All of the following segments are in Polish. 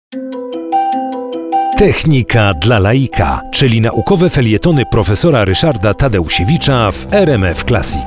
Technika dla laika, czyli naukowe felietony profesora Ryszarda Tadeusiewicza w RMF Classic.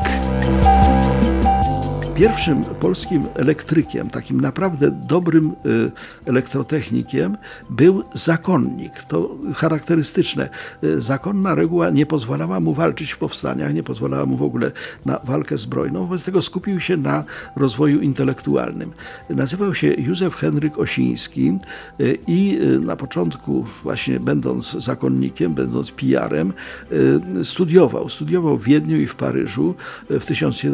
Pierwszym polskim elektrykiem, takim naprawdę dobrym elektrotechnikiem był zakonnik. To charakterystyczne. Zakonna reguła nie pozwalała mu walczyć w powstaniach, nie pozwalała mu w ogóle na walkę zbrojną, wobec tego skupił się na rozwoju intelektualnym. Nazywał się Józef Henryk Osiński i na początku, właśnie będąc zakonnikiem, będąc pijarem, studiował w Wiedniu i w Paryżu. W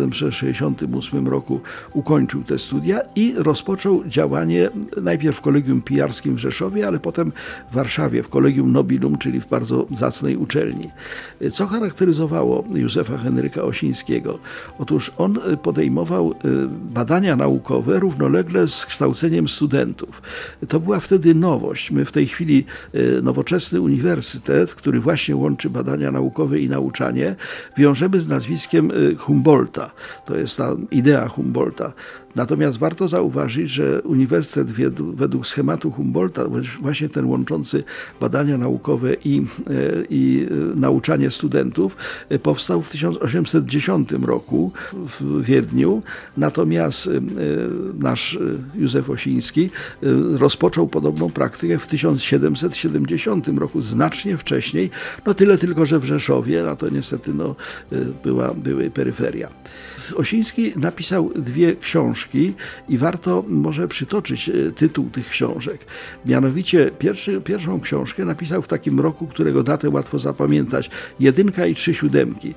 1768 roku ukończył te studia i rozpoczął działanie najpierw w Kolegium Pijarskim w Rzeszowie, ale potem w Warszawie, w Collegium Nobilum, czyli w bardzo zacnej uczelni. Co charakteryzowało Józefa Henryka Osińskiego? Otóż on podejmował badania naukowe równolegle z kształceniem studentów. To była wtedy nowość. My w tej chwili nowoczesny uniwersytet, który właśnie łączy badania naukowe i nauczanie, wiążemy z nazwiskiem Humboldta. To jest ta idea Humboldta. Natomiast warto zauważyć, że uniwersytet według schematu Humboldta, właśnie ten łączący badania naukowe i nauczanie studentów, powstał w 1810 roku w Wiedniu. Natomiast nasz Józef Osiński rozpoczął podobną praktykę w 1770 roku, znacznie wcześniej. No tyle tylko, że w Rzeszowie, no to niestety były peryferia. Osiński napisał dwie książki i warto może przytoczyć tytuł tych książek. Mianowicie pierwszą książkę napisał w takim roku, którego datę łatwo zapamiętać. 1 i 3 siódemki.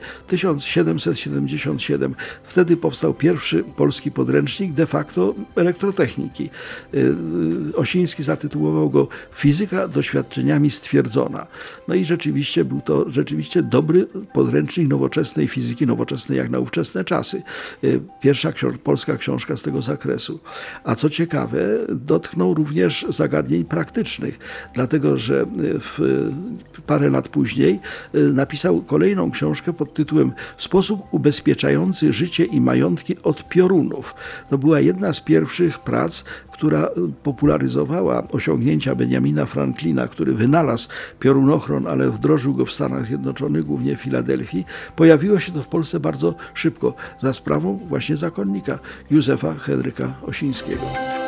1777. Wtedy powstał pierwszy polski podręcznik de facto elektrotechniki. Osiński zatytułował go Fizyka doświadczeniami stwierdzona. No i rzeczywiście był to dobry podręcznik nowoczesnej fizyki, nowoczesnej jak na ówczesne czasy. Pierwsza polska książka z tego zakresu. A co ciekawe, dotknął również zagadnień praktycznych, dlatego że parę lat później napisał kolejną książkę pod tytułem Sposób ubezpieczający życie i majątki od piorunów. To była jedna z pierwszych prac, która popularyzowała osiągnięcia Benjamina Franklina, który wynalazł piorunochron, ale wdrożył go w Stanach Zjednoczonych, głównie w Filadelfii. Pojawiło się to w Polsce bardzo szybko, za sprawą właśnie zakonnika Józefa Henryka Osińskiego.